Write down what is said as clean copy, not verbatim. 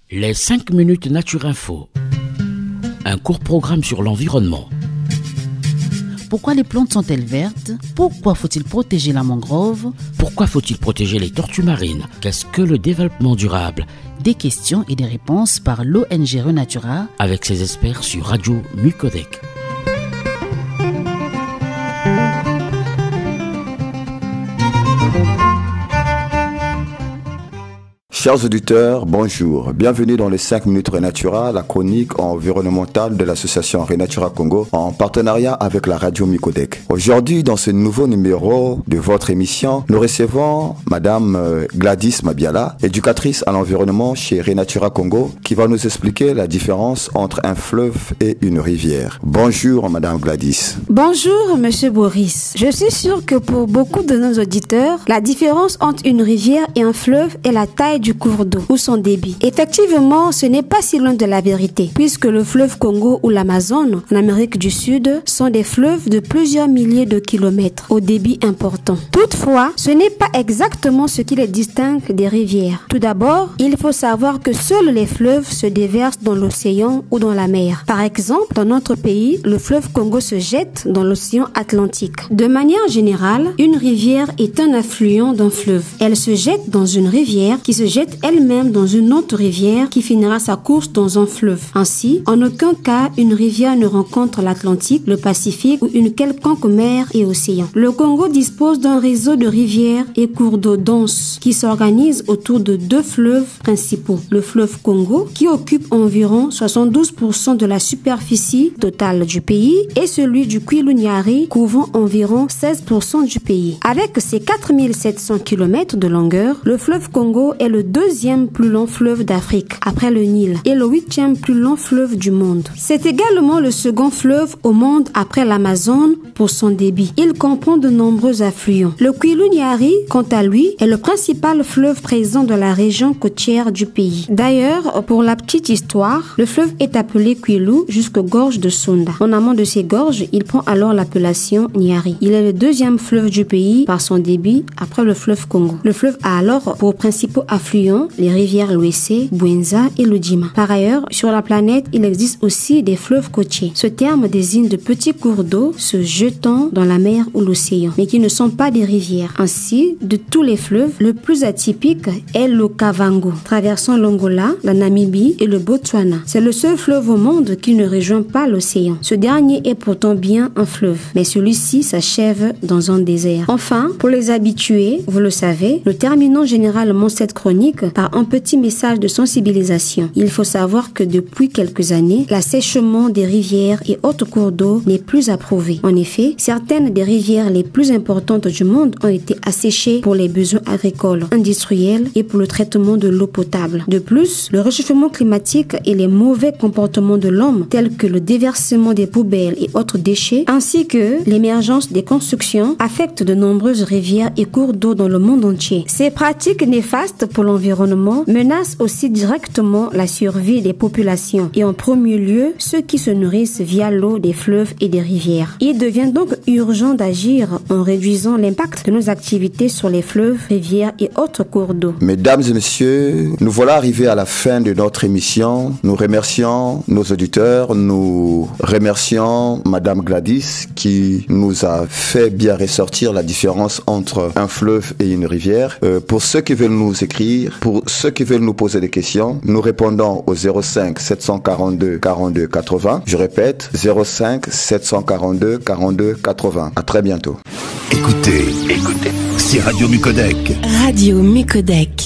Les 5 minutes Nature Info. Un court programme sur l'environnement. Pourquoi les plantes sont-elles vertes? Pourquoi faut-il protéger la mangrove? Pourquoi faut-il protéger les tortues marines? Qu'est-ce que le développement durable? Des questions et des réponses par l'ONG Renatura avec ses experts sur Radio Micodec. Chers auditeurs, bonjour. Bienvenue dans les 5 minutes Renatura, la chronique environnementale de l'association Renatura Congo en partenariat avec la radio Micodec. Aujourd'hui, dans ce nouveau numéro de votre émission, nous recevons Madame Gladys Mabiala, éducatrice à l'environnement chez Renatura Congo, qui va nous expliquer la différence entre un fleuve et une rivière. Bonjour Madame Gladys. Bonjour Monsieur Boris. Je suis sûre que pour beaucoup de nos auditeurs, la différence entre une rivière et un fleuve est la taille du cours d'eau ou son débit. Effectivement, ce n'est pas si loin de la vérité, puisque le fleuve Congo ou l'Amazone, en Amérique du Sud, sont des fleuves de plusieurs milliers de kilomètres, au débit important. Toutefois, ce n'est pas exactement ce qui les distingue des rivières. Tout d'abord, il faut savoir que seuls les fleuves se déversent dans l'océan ou dans la mer. Par exemple, dans notre pays, le fleuve Congo se jette dans l'océan Atlantique. De manière générale, une rivière est un affluent d'un fleuve. Elle se jette dans une rivière qui se jette elle-même dans une autre rivière qui finira sa course dans un fleuve. Ainsi, en aucun cas, une rivière ne rencontre l'Atlantique, le Pacifique ou une quelconque mer et océan. Le Congo dispose d'un réseau de rivières et cours d'eau denses qui s'organisent autour de 2 fleuves principaux. Le fleuve Congo, qui occupe environ 72% de la superficie totale du pays, et celui du Kwilu-Nyari, couvrant environ 16% du pays. Avec ses 4700 km de longueur, le fleuve Congo est le deuxième plus long fleuve d'Afrique, après le Nil, et le 8e plus long fleuve du monde. C'est également le second fleuve au monde après l'Amazone pour son débit. Il comprend de nombreux affluents. Le Kwilu-Nyari, quant à lui, est le principal fleuve présent dans la région côtière du pays. D'ailleurs, pour la petite histoire, le fleuve est appelé Kwilu jusqu'aux gorges de Sunda. En amont de ces gorges, il prend alors l'appellation Nyari. Il est le deuxième fleuve du pays par son débit après le fleuve Congo. Le fleuve a alors pour principaux affluents les rivières Luese, Bwenza et Lodima. Par ailleurs, sur la planète, il existe aussi des fleuves côtiers. Ce terme désigne de petits cours d'eau se jetant dans la mer ou l'océan, mais qui ne sont pas des rivières. Ainsi, de tous les fleuves, le plus atypique est l'Okavango, traversant l'Angola, la Namibie et le Botswana. C'est le seul fleuve au monde qui ne rejoint pas l'océan. Ce dernier est pourtant bien un fleuve, mais celui-ci s'achève dans un désert. Enfin, pour les habitués, vous le savez, nous terminons généralement cette chronique par un petit message de sensibilisation. Il faut savoir que depuis quelques années, l'assèchement des rivières et autres cours d'eau n'est plus approuvé. En effet, certaines des rivières les plus importantes du monde ont été asséchées pour les besoins agricoles, industriels et pour le traitement de l'eau potable. De plus, le réchauffement climatique et les mauvais comportements de l'homme, tels que le déversement des poubelles et autres déchets, ainsi que l'émergence des constructions, affectent de nombreuses rivières et cours d'eau dans le monde entier. Ces pratiques néfastes pour l'environnement menacent aussi directement la survie des populations et en premier lieu ceux qui se nourrissent via l'eau des fleuves et des rivières. Il devient donc urgent d'agir en réduisant l'impact de nos activités sur les fleuves, rivières et autres cours d'eau. Mesdames et messieurs, nous voilà arrivés à la fin de notre émission. Nous remercions nos auditeurs, nous remercions Madame Gladys qui nous a fait bien ressortir la différence entre un fleuve et une rivière. Pour ceux qui veulent nous écrire, pour ceux qui veulent nous poser des questions, nous répondons au 05 742 42 80. Je répète, 05 742 42 80. À très bientôt. Écoutez, c'est Radio Micodec. Radio Micodec.